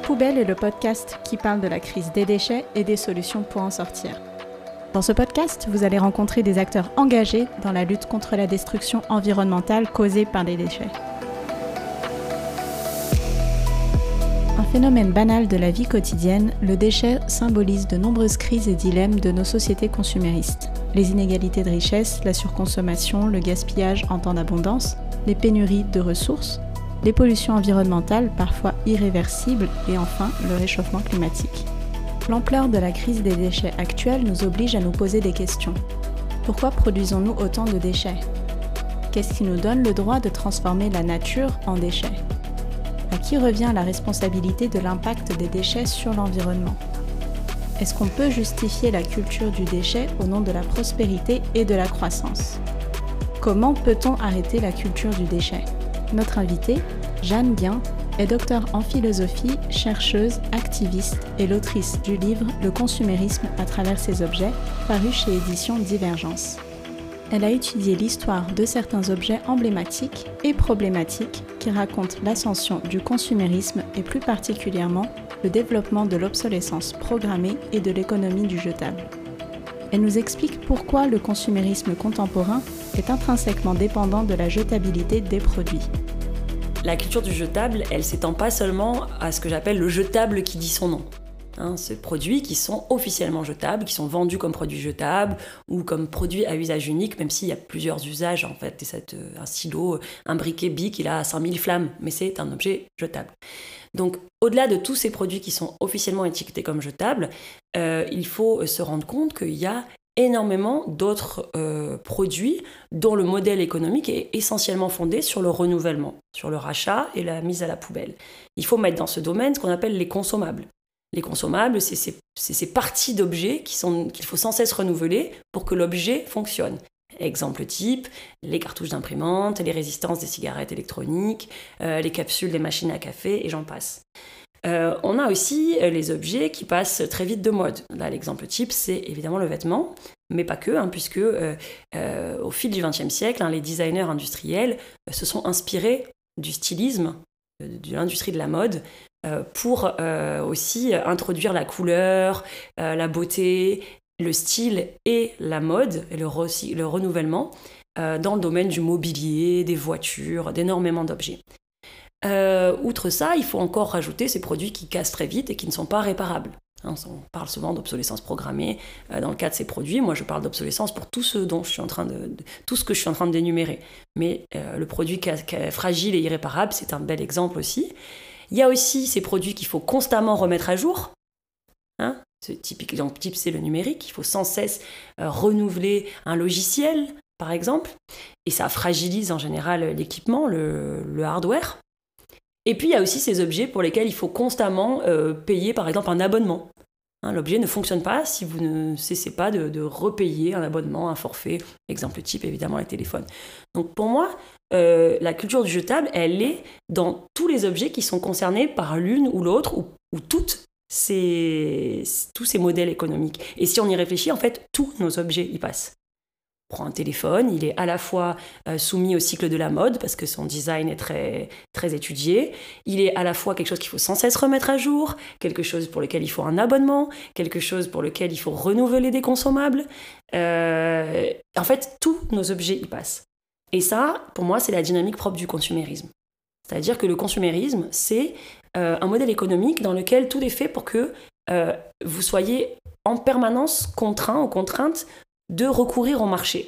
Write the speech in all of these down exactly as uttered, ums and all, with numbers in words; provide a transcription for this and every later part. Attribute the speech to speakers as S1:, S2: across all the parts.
S1: Poubelle est le podcast qui parle de la crise des déchets et des solutions pour en sortir. Dans ce podcast, vous allez rencontrer des acteurs engagés dans la lutte contre la destruction environnementale causée par les déchets. Un phénomène banal de la vie quotidienne, le déchet symbolise de nombreuses crises et dilemmes de nos sociétés consuméristes. Les inégalités de richesse, la surconsommation, le gaspillage en temps d'abondance, les pénuries de ressources, les pollutions environnementales parfois irréversibles et enfin le réchauffement climatique. L'ampleur de la crise des déchets actuelle nous oblige à nous poser des questions. Pourquoi produisons-nous autant de déchets ? Qu'est-ce qui nous donne le droit de transformer la nature en déchets ? À qui revient la responsabilité de l'impact des déchets sur l'environnement ? Est-ce qu'on peut justifier la culture du déchet au nom de la prospérité et de la croissance ? Comment peut-on arrêter la culture du déchet ? Notre invitée, Jeanne Guin, est docteure en philosophie, chercheuse, activiste et l'autrice du livre « Le consumérisme à travers ses objets » paru chez Éditions Divergence. Elle a étudié l'histoire de certains objets emblématiques et problématiques qui racontent l'ascension du consumérisme et plus particulièrement le développement de l'obsolescence programmée et de l'économie du jetable. Elle nous explique pourquoi le consumérisme contemporain est intrinsèquement dépendant de la jetabilité des produits.
S2: La culture du jetable, elle ne s'étend pas seulement à ce que j'appelle le jetable qui dit son nom. Hein, ces produits qui sont officiellement jetables, qui sont vendus comme produits jetables ou comme produits à usage unique, même s'il y a plusieurs usages en fait. Et cette, un stylo, un briquet Bic, il a cinq mille flammes, mais c'est un objet jetable. Donc, au-delà de tous ces produits qui sont officiellement étiquetés comme jetables, euh, il faut se rendre compte qu'il y a énormément d'autres euh, produits dont le modèle économique est essentiellement fondé sur le renouvellement, sur le rachat et la mise à la poubelle. Il faut mettre dans ce domaine ce qu'on appelle les consommables. Les consommables, c'est ces, c'est ces parties d'objets qui sont, qu'il faut sans cesse renouveler pour que l'objet fonctionne. Exemple type, les cartouches d'imprimante, les résistances des cigarettes électroniques, euh, les capsules des machines à café, et j'en passe. Euh, on a aussi les objets qui passent très vite de mode. Là, l'exemple type, c'est évidemment le vêtement, mais pas que, hein, puisque euh, euh, au fil du vingtième siècle, hein, les designers industriels euh, se sont inspirés du stylisme, euh, de l'industrie de la mode, euh, pour euh, aussi introduire la couleur, euh, la beauté, le style et la mode, et le, re- le renouvellement, euh, dans le domaine du mobilier, des voitures, d'énormément d'objets. Euh, outre ça, il faut encore rajouter ces produits qui cassent très vite et qui ne sont pas réparables. Hein, on parle souvent d'obsolescence programmée euh, dans le cas de ces produits. Moi, je parle d'obsolescence pour tout ce dont je suis en train de, de tout ce que je suis en train de d'énumérer. Mais euh, le produit ca- ca- fragile et irréparable, c'est un bel exemple aussi. Il y a aussi ces produits qu'il faut constamment remettre à jour. Hein, ce typique exemple type, c'est le numérique. Il faut sans cesse euh, renouveler un logiciel, par exemple. Et ça fragilise en général l'équipement, le, le hardware. Et puis, il y a aussi ces objets pour lesquels il faut constamment euh, payer, par exemple, un abonnement. Hein, l'objet ne fonctionne pas si vous ne cessez pas de, de repayer un abonnement, un forfait. Exemple type, évidemment, les téléphones. Donc, pour moi, euh, la culture du jetable, elle est dans tous les objets qui sont concernés par l'une ou l'autre, ou, ou toutes ces, tous ces modèles économiques. Et si on y réfléchit, en fait, tous nos objets y passent. On prend un téléphone, il est à la fois euh, soumis au cycle de la mode parce que son design est très, très étudié, il est à la fois quelque chose qu'il faut sans cesse remettre à jour, quelque chose pour lequel il faut un abonnement, quelque chose pour lequel il faut renouveler des consommables. Euh, en fait, tous nos objets y passent. Et ça, pour moi, c'est la dynamique propre du consumérisme. C'est-à-dire que le consumérisme, c'est euh, un modèle économique dans lequel tout est fait pour que euh, vous soyez en permanence contraint ou contrainte de recourir au marché.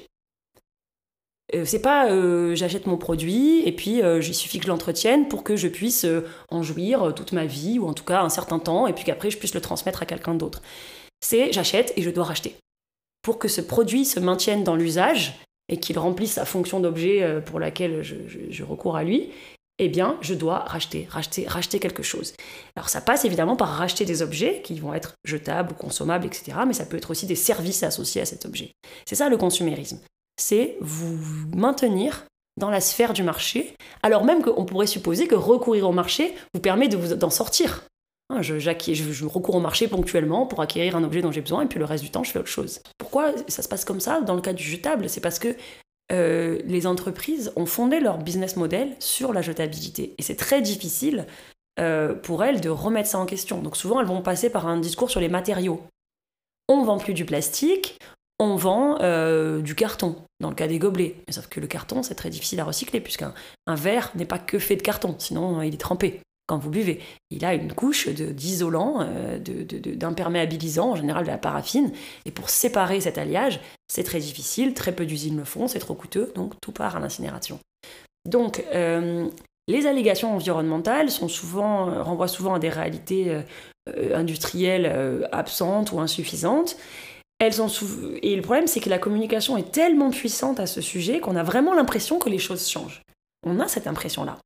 S2: Euh, c'est pas euh, j'achète mon produit et puis euh, il suffit que je l'entretienne pour que je puisse euh, en jouir toute ma vie ou en tout cas un certain temps et puis qu'après je puisse le transmettre à quelqu'un d'autre. C'est j'achète et je dois racheter. Pour que ce produit se maintienne dans l'usage et qu'il remplisse sa fonction d'objet euh, pour laquelle je, je, je recours à lui, eh bien, je dois racheter, racheter, racheter quelque chose. Alors, ça passe évidemment par racheter des objets qui vont être jetables ou consommables, et cetera, mais ça peut être aussi des services associés à cet objet. C'est ça le consumérisme. C'est vous maintenir dans la sphère du marché, alors même qu'on pourrait supposer que recourir au marché vous permet de vous, d'en sortir. Je, je, je recours au marché ponctuellement pour acquérir un objet dont j'ai besoin et puis le reste du temps, je fais autre chose. Pourquoi ça se passe comme ça dans le cas du jetable ? C'est parce que Euh, les entreprises ont fondé leur business model sur la jetabilité. Et c'est très difficile euh, pour elles de remettre ça en question. Donc souvent, elles vont passer par un discours sur les matériaux. On ne vend plus du plastique, on vend euh, du carton, dans le cas des gobelets. Mais sauf que le carton, c'est très difficile à recycler, puisqu'un un verre n'est pas que fait de carton, sinon il est trempé quand vous buvez. Il a une couche de, d'isolant, euh, de, de, de, d'imperméabilisant, en général de la paraffine, et pour séparer cet alliage, c'est très difficile, très peu d'usines le font, c'est trop coûteux, donc tout part à l'incinération. Donc, euh, les allégations environnementales sont souvent, euh, renvoient souvent à des réalités euh, euh, industrielles euh, absentes ou insuffisantes. Elles sont sou- Et le problème, c'est que la communication est tellement puissante à ce sujet qu'on a vraiment l'impression que les choses changent. On a cette impression-là.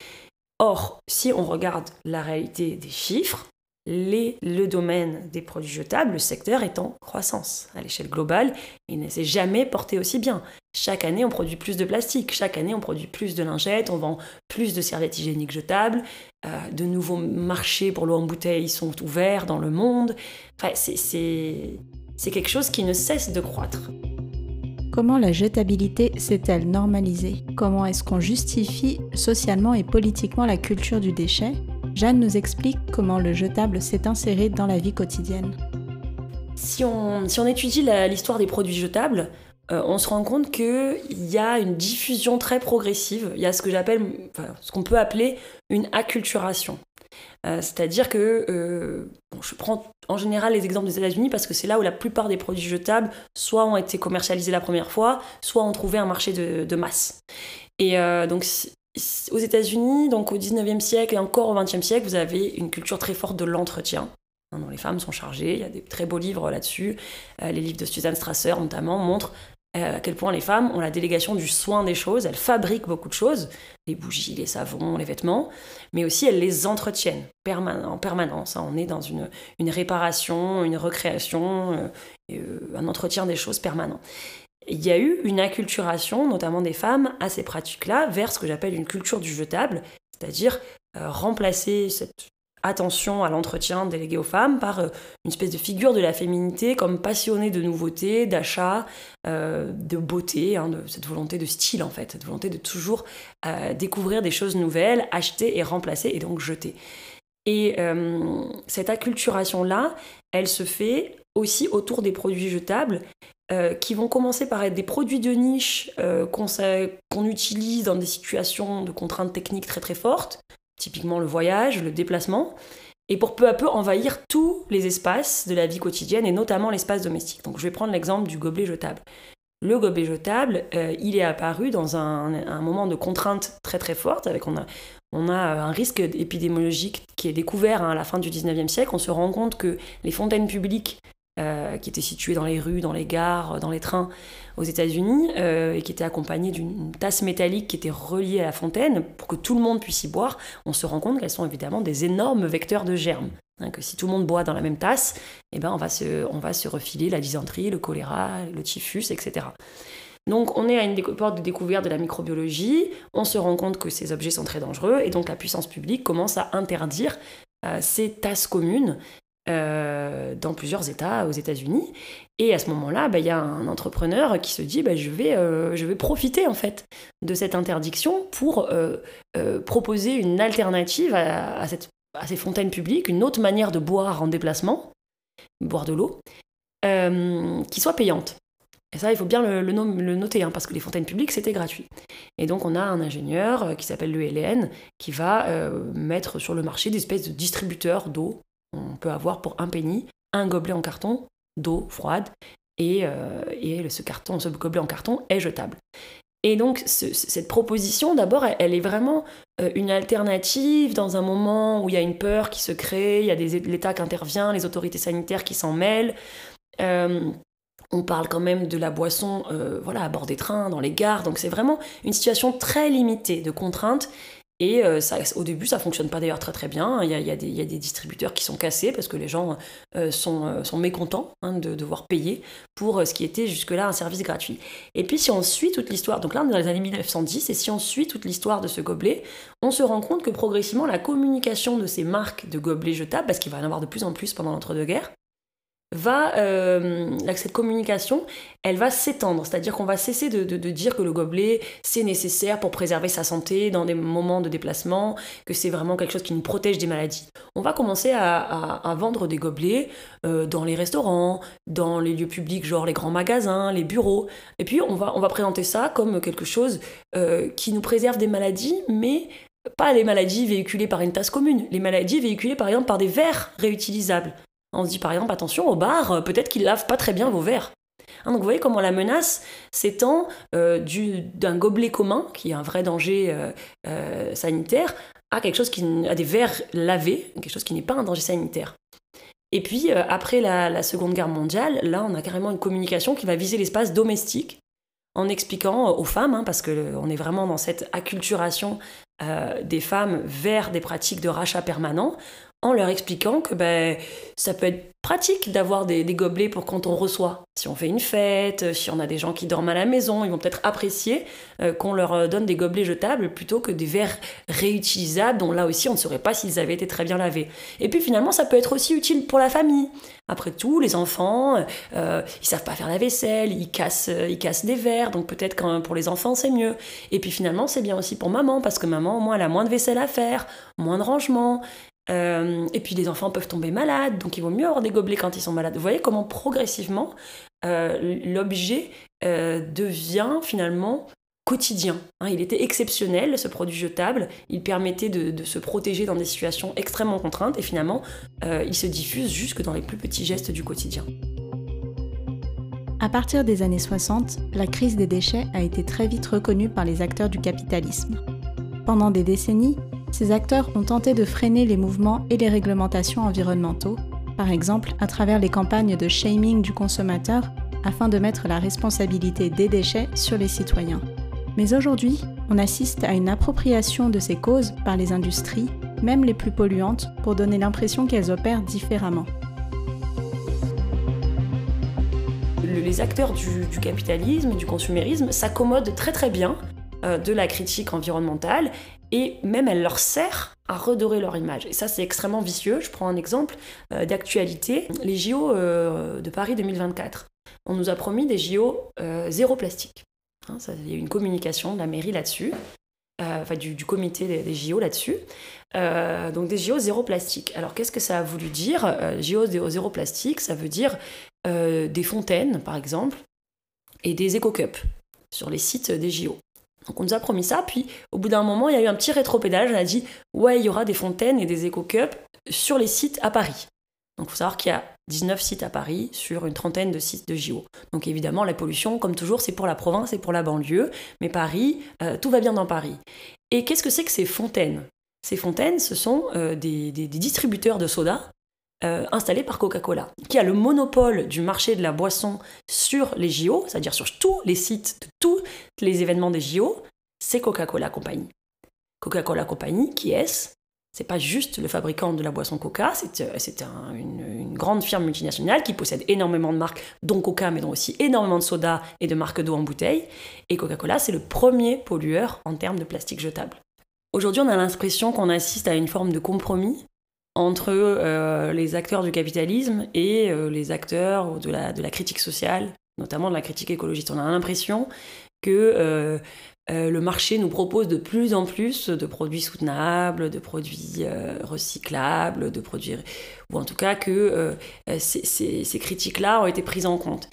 S2: Or, si on regarde la réalité des chiffres, les, le domaine des produits jetables, le secteur est en croissance. À l'échelle globale, il ne s'est jamais porté aussi bien. Chaque année, on produit plus de plastique. Chaque année, on produit plus de lingettes. On vend plus de serviettes hygiéniques jetables. Euh, de nouveaux marchés pour l'eau en bouteille sont ouverts dans le monde. Enfin, c'est, c'est, c'est quelque chose qui ne cesse de croître.
S1: Comment la jetabilité s'est-elle normalisée ? Comment est-ce qu'on justifie socialement et politiquement la culture du déchet ? Jeanne nous explique comment le jetable s'est inséré dans la vie quotidienne.
S2: Si on, si on étudie la, l'histoire des produits jetables, euh, on se rend compte qu'il y a une diffusion très progressive. Il y a ce que j'appelle, enfin, ce qu'on peut appeler une acculturation. Euh, c'est-à-dire que, euh, bon, je prends en général les exemples des États-Unis parce que c'est là où la plupart des produits jetables soit ont été commercialisés la première fois, soit ont trouvé un marché de, de masse. Et euh, donc, si, aux États-Unis, donc au dix-neuvième siècle et encore au vingtième siècle, vous avez une culture très forte de l'entretien, hein, dont les femmes sont chargées. Il y a des très beaux livres là-dessus. Euh, les livres de Suzanne Strasser, notamment, montrent euh, à quel point les femmes ont la délégation du soin des choses. Elles fabriquent beaucoup de choses, les bougies, les savons, les vêtements, mais aussi elles les entretiennent perman- en permanence. Hein. On est dans une, une réparation, une recréation, euh, euh, un entretien des choses permanent. Il y a eu une acculturation, notamment des femmes, à ces pratiques-là, vers ce que j'appelle une culture du jetable, c'est-à-dire euh, remplacer cette attention à l'entretien déléguée aux femmes par euh, une espèce de figure de la féminité comme passionnée de nouveautés, d'achat, euh, de beauté, hein, de cette volonté de style en fait, cette volonté de toujours euh, découvrir des choses nouvelles, acheter et remplacer et donc jeter. Et euh, cette acculturation-là, elle se fait aussi autour des produits jetables euh, qui vont commencer par être des produits de niche euh, qu'on, qu'on utilise dans des situations de contraintes techniques très très fortes, typiquement le voyage, le déplacement, et pour peu à peu envahir tous les espaces de la vie quotidienne et notamment l'espace domestique. Donc je vais prendre l'exemple du gobelet jetable. Le gobelet jetable, euh, il est apparu dans un, un moment de contrainte très très forte, avec on a, on a un risque épidémiologique qui est découvert hein, à la fin du dix-neuvième siècle. On se rend compte que les fontaines publiques euh, qui étaient situées dans les rues, dans les gares, dans les trains aux États-Unis, euh, et qui étaient accompagnées d'une tasse métallique qui était reliée à la fontaine pour que tout le monde puisse y boire, on se rend compte qu'elles sont évidemment des énormes vecteurs de germes. Hein, que si tout le monde boit dans la même tasse, eh ben on, va se, on va se refiler la dysenterie, le choléra, le typhus, et cetera. Donc on est à une décou- porte de découverte de la microbiologie, on se rend compte que ces objets sont très dangereux, et donc la puissance publique commence à interdire euh, ces tasses communes euh, dans plusieurs États aux États-Unis. Et à ce moment-là, bah, y a un entrepreneur qui se dit bah, je, vais, euh, je vais profiter en fait de cette interdiction pour euh, euh, proposer une alternative à, à, cette, à ces fontaines publiques, une autre manière de boire en déplacement, boire de l'eau, euh, qui soit payante. Et ça, il faut bien le, le, nom, le noter, hein, parce que les fontaines publiques, c'était gratuit. Et donc, on a un ingénieur euh, qui s'appelle l'E L N, qui va euh, mettre sur le marché des espèces de distributeurs d'eau. On peut avoir pour un penny un gobelet en carton d'eau froide, et, euh, et ce, carton, ce gobelet en carton est jetable. Et donc, ce, cette proposition, d'abord, elle, elle est vraiment euh, une alternative dans un moment où il y a une peur qui se crée, il y a des, l'État qui intervient, les autorités sanitaires qui s'en mêlent. Euh, On parle quand même de la boisson euh, voilà, à bord des trains, dans les gares. Donc c'est vraiment une situation très limitée de contraintes. Et euh, ça, au début, ça ne fonctionne pas d'ailleurs très très bien. Il y a, il y a des, il y a des distributeurs qui sont cassés parce que les gens euh, sont, euh, sont mécontents hein, de devoir payer pour euh, ce qui était jusque-là un service gratuit. Et puis si on suit toute l'histoire, donc là on est dans les années mille neuf cent dix, et si on suit toute l'histoire de ce gobelet, on se rend compte que progressivement la communication de ces marques de gobelets jetables, parce qu'il va y en avoir de plus en plus pendant l'entre-deux-guerres, va, euh, cette communication, elle va s'étendre. C'est-à-dire qu'on va cesser de, de, de dire que le gobelet, c'est nécessaire pour préserver sa santé dans des moments de déplacement, que c'est vraiment quelque chose qui nous protège des maladies. On va commencer à, à, à vendre des gobelets euh, dans les restaurants, dans les lieux publics, genre les grands magasins, les bureaux. Et puis, on va, on va présenter ça comme quelque chose euh, qui nous préserve des maladies, mais pas les maladies véhiculées par une tasse commune. Les maladies véhiculées, par exemple, par des verres réutilisables. On se dit par exemple, attention, au bar, peut-être qu'ils lavent pas très bien vos verres. Hein, donc vous voyez comment la menace s'étend euh, du, d'un gobelet commun, qui est un vrai danger euh, euh, sanitaire, à quelque chose qui, à des verres lavés, quelque chose qui n'est pas un danger sanitaire. Et puis, euh, après la, la Seconde Guerre mondiale, là, on a carrément une communication qui va viser l'espace domestique, en expliquant aux femmes, hein, parce qu'on est vraiment dans cette acculturation euh, des femmes vers des pratiques de rachat permanent, en leur expliquant que ben, ça peut être pratique d'avoir des, des gobelets pour quand on reçoit. Si on fait une fête, si on a des gens qui dorment à la maison, ils vont peut-être apprécier euh, qu'on leur donne des gobelets jetables plutôt que des verres réutilisables dont là aussi on ne saurait pas s'ils avaient été très bien lavés. Et puis finalement ça peut être aussi utile pour la famille. Après tout, les enfants, euh, ils savent pas faire la vaisselle, ils cassent, ils cassent des verres, donc peut-être que pour les enfants c'est mieux. Et puis finalement c'est bien aussi pour maman, parce que maman au moins elle a moins de vaisselle à faire, moins de rangement. Euh, et puis les enfants peuvent tomber malades, donc il vaut mieux avoir des gobelets quand ils sont malades. Vous voyez comment progressivement euh, l'objet euh, devient finalement quotidien. Hein, il était exceptionnel, ce produit jetable, il permettait de, de se protéger dans des situations extrêmement contraintes et finalement euh, il se diffuse jusque dans les plus petits gestes du quotidien.
S1: À partir des années soixante, la crise des déchets a été très vite reconnue par les acteurs du capitalisme. Pendant des décennies, ces acteurs ont tenté de freiner les mouvements et les réglementations environnementaux, par exemple à travers les campagnes de shaming du consommateur afin de mettre la responsabilité des déchets sur les citoyens. Mais aujourd'hui, on assiste à une appropriation de ces causes par les industries, même les plus polluantes, pour donner l'impression qu'elles opèrent différemment.
S2: Les acteurs du, du capitalisme, du consumérisme s'accommodent très très bien euh, de la critique environnementale et même elle leur sert à redorer leur image. Et ça, c'est extrêmement vicieux. Je prends un exemple euh, d'actualité. Les J O euh, de Paris deux mille vingt-quatre. On nous a promis des J O euh, zéro plastique. Hein, ça, il y a eu une communication de la mairie là-dessus, euh, enfin du, du comité des, des J O là-dessus. Euh, donc des J O zéro plastique. Alors qu'est-ce que ça a voulu dire euh, J O zéro plastique, ça veut dire euh, des fontaines, par exemple, et des éco-cups sur les sites des J O. Donc on nous a promis ça, puis au bout d'un moment, il y a eu un petit rétropédalage, on a dit « ouais, il y aura des fontaines et des éco-cups sur les sites à Paris ». Donc il faut savoir qu'il y a dix-neuf sites à Paris sur une trentaine de sites de J O. Donc évidemment, la pollution, comme toujours, c'est pour la province et pour la banlieue, mais Paris, euh, tout va bien dans Paris. Et qu'est-ce que c'est que ces fontaines ? Ces fontaines, ce sont euh, des, des, des distributeurs de soda euh, installés par Coca-Cola, qui a le monopole du marché de la boisson sur les J O, c'est-à-dire sur tous les sites de tous les événements des J O, c'est Coca-Cola Company. Coca-Cola Company, qui est-ce ? C'est pas juste le fabricant de la boisson Coca, c'est, c'est un, une, une grande firme multinationale qui possède énormément de marques, dont Coca, mais dont aussi énormément de soda et de marques d'eau en bouteille. Et Coca-Cola, c'est le premier pollueur en termes de plastique jetable. Aujourd'hui, on a l'impression qu'on assiste à une forme de compromis entre euh, les acteurs du capitalisme et euh, les acteurs de la, de la critique sociale, notamment de la critique écologiste. On a l'impression que euh, euh, le marché nous propose de plus en plus de produits soutenables, de produits euh, recyclables, de produits, ou en tout cas que euh, ces, ces, ces critiques-là ont été prises en compte.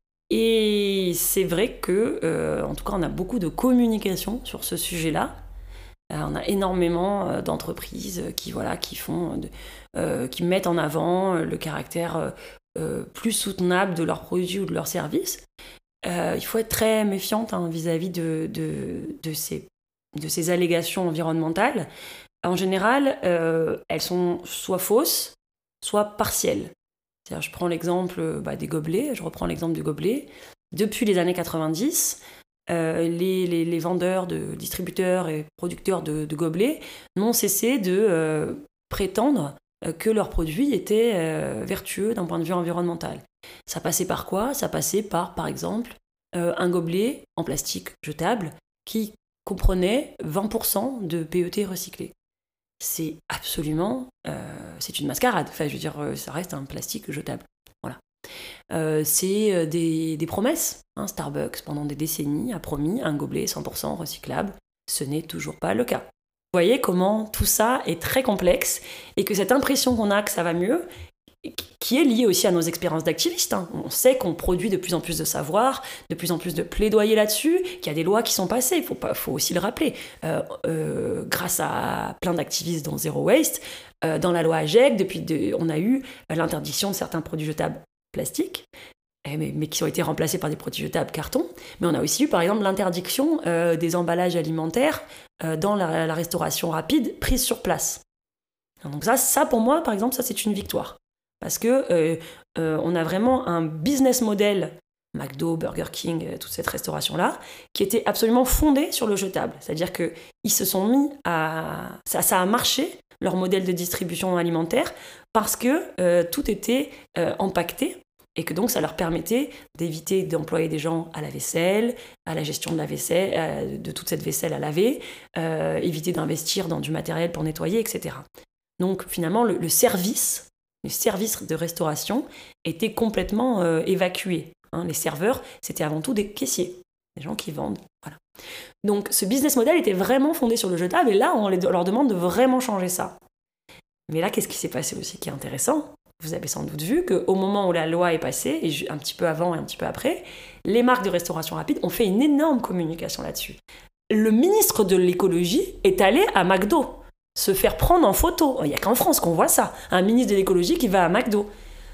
S2: Et c'est vrai que, euh, en tout cas, on a beaucoup de communication sur ce sujet-là. On a énormément d'entreprises qui, voilà, qui, font de, euh, qui mettent en avant le caractère euh, plus soutenable de leurs produits ou de leurs services. Euh, il faut être très méfiante hein, vis-à-vis de, de, de, ces, de ces allégations environnementales. En général, euh, elles sont soit fausses, soit partielles. C'est-à-dire, je prends l'exemple bah, des gobelets, je reprends l'exemple du gobelet. Depuis les années quatre-vingt-dix, Euh, les, les, les vendeurs, de, distributeurs et producteurs de, de gobelets n'ont cessé de euh, prétendre euh, que leurs produits étaient euh, vertueux d'un point de vue environnemental. Ça passait par quoi ? Ça passait par, par exemple, euh, un gobelet en plastique jetable qui comprenait vingt pour cent de P E T recyclé. C'est absolument... Euh, c'est une mascarade. Enfin, je veux dire, ça reste un plastique jetable. Voilà. Euh, c'est des, des promesses. Hein. Starbucks, pendant des décennies, a promis un gobelet cent pour cent recyclable. Ce n'est toujours pas le cas. Vous voyez comment tout ça est très complexe et que cette impression qu'on a que ça va mieux, qui est liée aussi à nos expériences d'activistes. Hein. On sait qu'on produit de plus en plus de savoir, de plus en plus de plaidoyer là-dessus, qu'il y a des lois qui sont passées, il faut, pas, faut aussi le rappeler. Euh, euh, grâce à plein d'activistes dont Zero Waste, euh, dans la loi AGEC, depuis de, on a eu l'interdiction de certains produits jetables plastiques, mais, mais qui ont été remplacés par des produits jetables carton. Mais on a aussi eu, par exemple, l'interdiction euh, des emballages alimentaires euh, dans la, la restauration rapide prise sur place. Donc ça, ça, pour moi, par exemple, ça, c'est une victoire. Parce que euh, euh, on a vraiment un business model, McDo, Burger King, euh, toute cette restauration-là, qui était absolument fondé sur le jetable. C'est-à-dire qu'ils se sont mis à... Ça, ça a marché, leur modèle de distribution alimentaire, parce que euh, tout était euh, empaqueté, et que donc ça leur permettait d'éviter d'employer des gens à la vaisselle, à la gestion de la vaisselle, euh, de toute cette vaisselle à laver, euh, éviter d'investir dans du matériel pour nettoyer, et cetera. Donc finalement, le, le service... Les services de restauration étaient complètement euh, évacués. Hein. Les serveurs, c'était avant tout des caissiers, des gens qui vendent. Voilà. Donc ce business model était vraiment fondé sur le jetable, et là, on leur demande de vraiment changer ça. Mais là, qu'est-ce qui s'est passé aussi qui est intéressant ? Vous avez sans doute vu qu'au moment où la loi est passée, et un petit peu avant et un petit peu après, les marques de restauration rapide ont fait une énorme communication là-dessus. Le ministre de l'écologie est allé à McDo se faire prendre en photo. Il n'y a qu'en France qu'on voit ça. Un ministre de l'écologie qui va à McDo.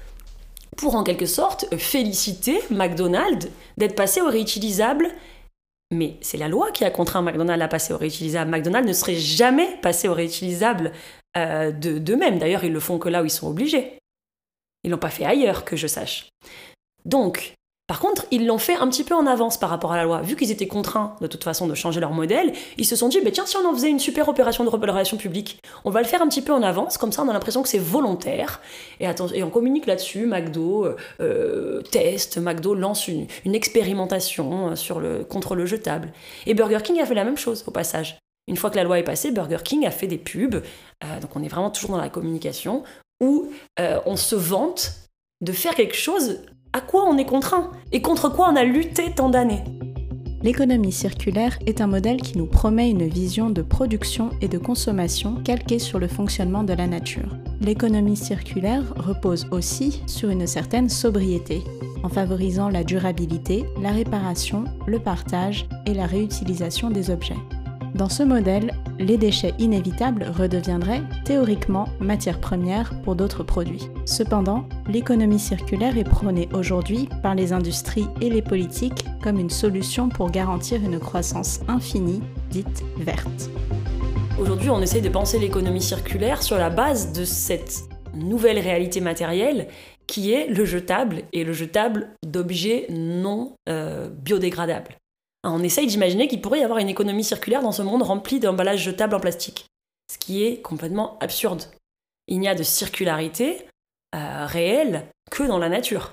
S2: Pour, en quelque sorte, féliciter McDonald's d'être passé au réutilisable. Mais c'est la loi qui a contraint McDonald's à passer au réutilisable. McDonald's ne serait jamais passé au réutilisable euh, de, d'eux-mêmes. D'ailleurs, ils le font que là où ils sont obligés. Ils ne l'ont pas fait ailleurs, que je sache. Donc... Par contre, ils l'ont fait un petit peu en avance par rapport à la loi. Vu qu'ils étaient contraints, de toute façon, de changer leur modèle, ils se sont dit, bah, tiens, si on en faisait une super opération de relations publiques, on va le faire un petit peu en avance, comme ça on a l'impression que c'est volontaire. Et, attends, et on communique là-dessus, McDo euh, teste, McDo lance une, une expérimentation sur le, contre le jetable. Et Burger King a fait la même chose, au passage. Une fois que la loi est passée, Burger King a fait des pubs, euh, donc on est vraiment toujours dans la communication, où euh, on se vante de faire quelque chose... À quoi on est contraint ? Et contre quoi on a lutté tant d'années ?
S1: L'économie circulaire est un modèle qui nous promet une vision de production et de consommation calquée sur le fonctionnement de la nature. L'économie circulaire repose aussi sur une certaine sobriété, en favorisant la durabilité, la réparation, le partage et la réutilisation des objets. Dans ce modèle, les déchets inévitables redeviendraient théoriquement matières premières pour d'autres produits. Cependant, l'économie circulaire est prônée aujourd'hui par les industries et les politiques comme une solution pour garantir une croissance infinie, dite verte.
S2: Aujourd'hui, on essaye de penser l'économie circulaire sur la base de cette nouvelle réalité matérielle qui est le jetable et le jetable d'objets non euh, biodégradables. On essaye d'imaginer qu'il pourrait y avoir une économie circulaire dans ce monde rempli d'emballages jetables en plastique, ce qui est complètement absurde. Il n'y a de circularité euh, réelle que dans la nature.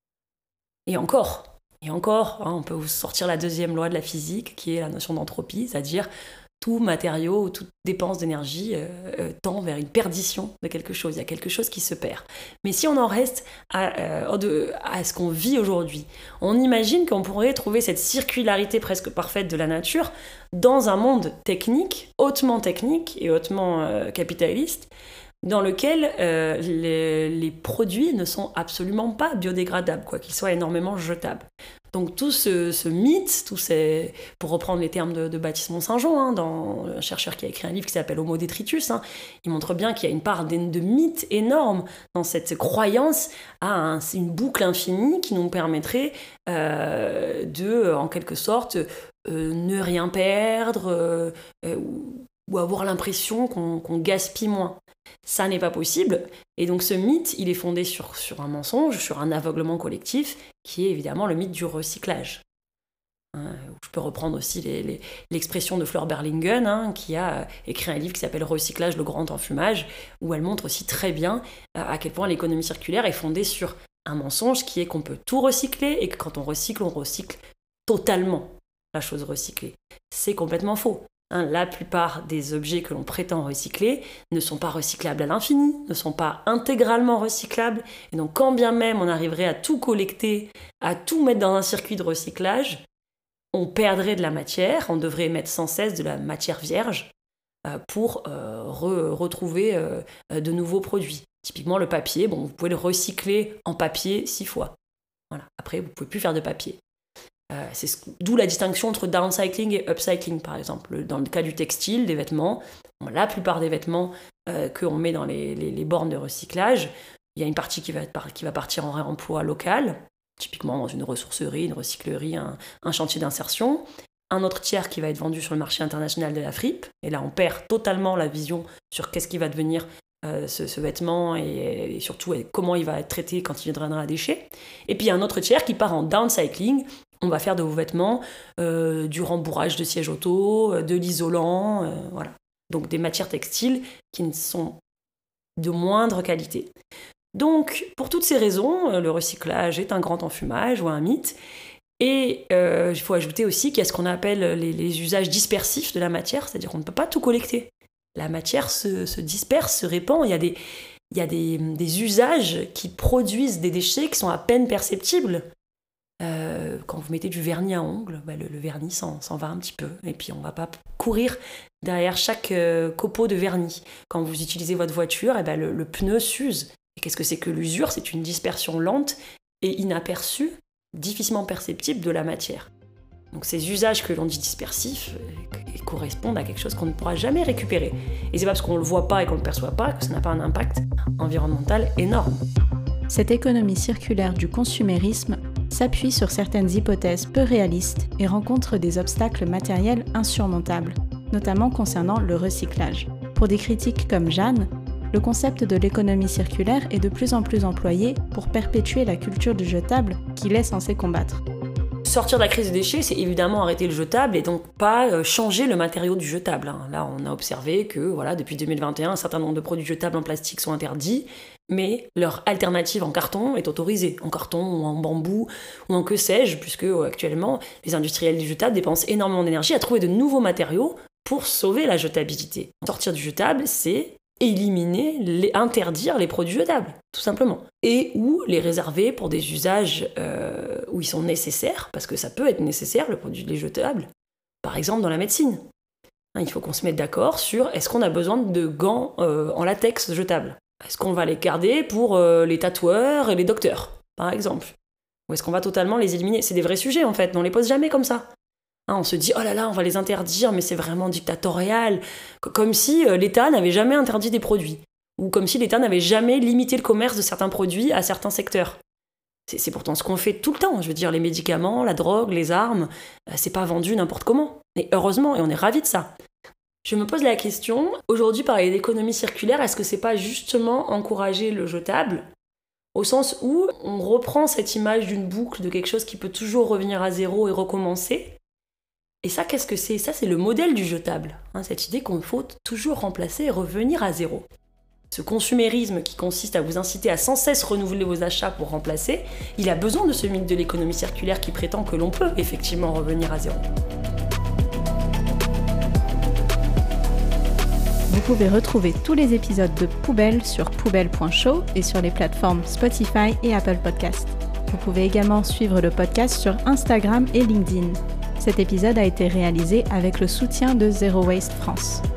S2: Et encore, et encore, hein, on peut vous sortir la deuxième loi de la physique, qui est la notion d'entropie, c'est-à-dire tout matériau ou toute dépense d'énergie euh, euh, tend vers une perdition de quelque chose. Il y a quelque chose qui se perd. Mais si on en reste à, euh, de, à ce qu'on vit aujourd'hui, on imagine qu'on pourrait trouver cette circularité presque parfaite de la nature dans un monde technique, hautement technique et hautement euh, capitaliste, dans lequel euh, les, les produits ne sont absolument pas biodégradables, quoi qu'ils soient énormément jetables. Donc tout ce, ce mythe, tous ces, pour reprendre les termes de, de Baptiste Mont-Saint-Jean, hein, dans, un chercheur qui a écrit un livre qui s'appelle Homo Detritus, hein, il montre bien qu'il y a une part de, de mythe énorme dans cette croyance à un, une boucle infinie qui nous permettrait euh, de, en quelque sorte, euh, ne rien perdre euh, euh, ou, ou avoir l'impression qu'on, qu'on gaspille moins. Ça n'est pas possible, et donc ce mythe, il est fondé sur, sur un mensonge, sur un aveuglement collectif, qui est évidemment le mythe du recyclage. Hein, je peux reprendre aussi les, les, l'expression de Fleur Berlingen, hein, qui a écrit un livre qui s'appelle « Recyclage, le grand enfumage », où elle montre aussi très bien à quel point l'économie circulaire est fondée sur un mensonge qui est qu'on peut tout recycler, et que quand on recycle, on recycle totalement la chose recyclée. C'est complètement faux. Hein, la plupart des objets que l'on prétend recycler ne sont pas recyclables à l'infini, ne sont pas intégralement recyclables. Et donc, quand bien même on arriverait à tout collecter, à tout mettre dans un circuit de recyclage, on perdrait de la matière, on devrait émettre sans cesse de la matière vierge euh, pour euh, re- retrouver euh, de nouveaux produits. Typiquement, le papier, bon, vous pouvez le recycler en papier six fois. Voilà. Après, vous ne pouvez plus faire de papier. Euh, c'est ce, d'où la distinction entre downcycling et upcycling, par exemple. Dans le cas du textile, des vêtements, bon, la plupart des vêtements euh, qu'on met dans les, les, les bornes de recyclage, il y a une partie qui va, être, qui va partir en réemploi local, typiquement dans une ressourcerie, une recyclerie, un, un chantier d'insertion. Un autre tiers qui va être vendu sur le marché international de la fripe. Et là, on perd totalement la vision sur qu'est-ce qui va devenir euh, ce, ce vêtement et, et surtout et comment il va être traité quand il deviendra un déchet. Et puis, il y a un autre tiers qui part en downcycling. On va faire de vos vêtements euh, du rembourrage de sièges auto, de l'isolant, euh, voilà. Donc des matières textiles qui ne sont de moindre qualité. Donc, pour toutes ces raisons, le recyclage est un grand enfumage ou un mythe. Et euh, il faut ajouter aussi qu'il y a ce qu'on appelle les, les usages dispersifs de la matière, c'est-à-dire qu'on ne peut pas tout collecter. La matière se, se disperse, se répand. Il y a, des, il y a des, des usages qui produisent des déchets qui sont à peine perceptibles. Euh, quand vous mettez du vernis à ongles, bah le, le vernis s'en, s'en va un petit peu. Et puis on ne va pas courir derrière chaque euh, copeau de vernis. Quand vous utilisez votre voiture, et bah le, le pneu s'use. Et qu'est-ce que c'est que l'usure ? C'est une dispersion lente et inaperçue, difficilement perceptible de la matière. Donc ces usages que l'on dit dispersifs euh, correspondent à quelque chose qu'on ne pourra jamais récupérer. Et c'est pas parce qu'on ne le voit pas et qu'on ne le perçoit pas que ça n'a pas un impact environnemental énorme.
S1: Cette économie circulaire du consumérisme s'appuie sur certaines hypothèses peu réalistes et rencontre des obstacles matériels insurmontables, notamment concernant le recyclage. Pour des critiques comme Jeanne, le concept de l'économie circulaire est de plus en plus employé pour perpétuer la culture du jetable qu'il est censé combattre.
S2: Sortir de la crise des déchets, c'est évidemment arrêter le jetable et donc pas changer le matériau du jetable. Là, on a observé que voilà, depuis deux mille vingt et un, un certain nombre de produits jetables en plastique sont interdits, mais leur alternative en carton est autorisée, en carton ou en bambou ou en que sais-je, puisque actuellement, les industriels du jetable dépensent énormément d'énergie à trouver de nouveaux matériaux pour sauver la jetabilité. Sortir du jetable, c'est éliminer, les, interdire les produits jetables, tout simplement. Et ou les réserver pour des usages euh, où ils sont nécessaires, parce que ça peut être nécessaire, le produit les jetables, par exemple dans la médecine. Hein, il faut qu'on se mette d'accord sur est-ce qu'on a besoin de gants euh, en latex jetables ? Est-ce qu'on va les garder pour euh, les tatoueurs et les docteurs, par exemple ? Ou est-ce qu'on va totalement les éliminer ? C'est des vrais sujets, en fait, mais on les pose jamais comme ça. Hein, on se dit, oh là là, on va les interdire, mais c'est vraiment dictatorial. Comme si euh, l'État n'avait jamais interdit des produits. Ou comme si l'État n'avait jamais limité le commerce de certains produits à certains secteurs. C'est, c'est pourtant ce qu'on fait tout le temps. Je veux dire, les médicaments, la drogue, les armes, euh, c'est pas vendu n'importe comment. Et heureusement, et on est ravis de ça. Je me pose la question, aujourd'hui, parler d'économie circulaire, est-ce que c'est pas justement encourager le jetable ? Au sens où on reprend cette image d'une boucle, de quelque chose qui peut toujours revenir à zéro et recommencer. Et ça, qu'est-ce que c'est ? Ça, c'est le modèle du jetable. Hein, cette idée qu'on faut toujours remplacer et revenir à zéro. Ce consumérisme qui consiste à vous inciter à sans cesse renouveler vos achats pour remplacer, il a besoin de ce mythe de l'économie circulaire qui prétend que l'on peut effectivement revenir à zéro.
S1: Vous pouvez retrouver tous les épisodes de Poubelle sur poubelle point show et sur les plateformes Spotify et Apple Podcasts. Vous pouvez également suivre le podcast sur Instagram et LinkedIn. Cet épisode a été réalisé avec le soutien de Zero Waste France.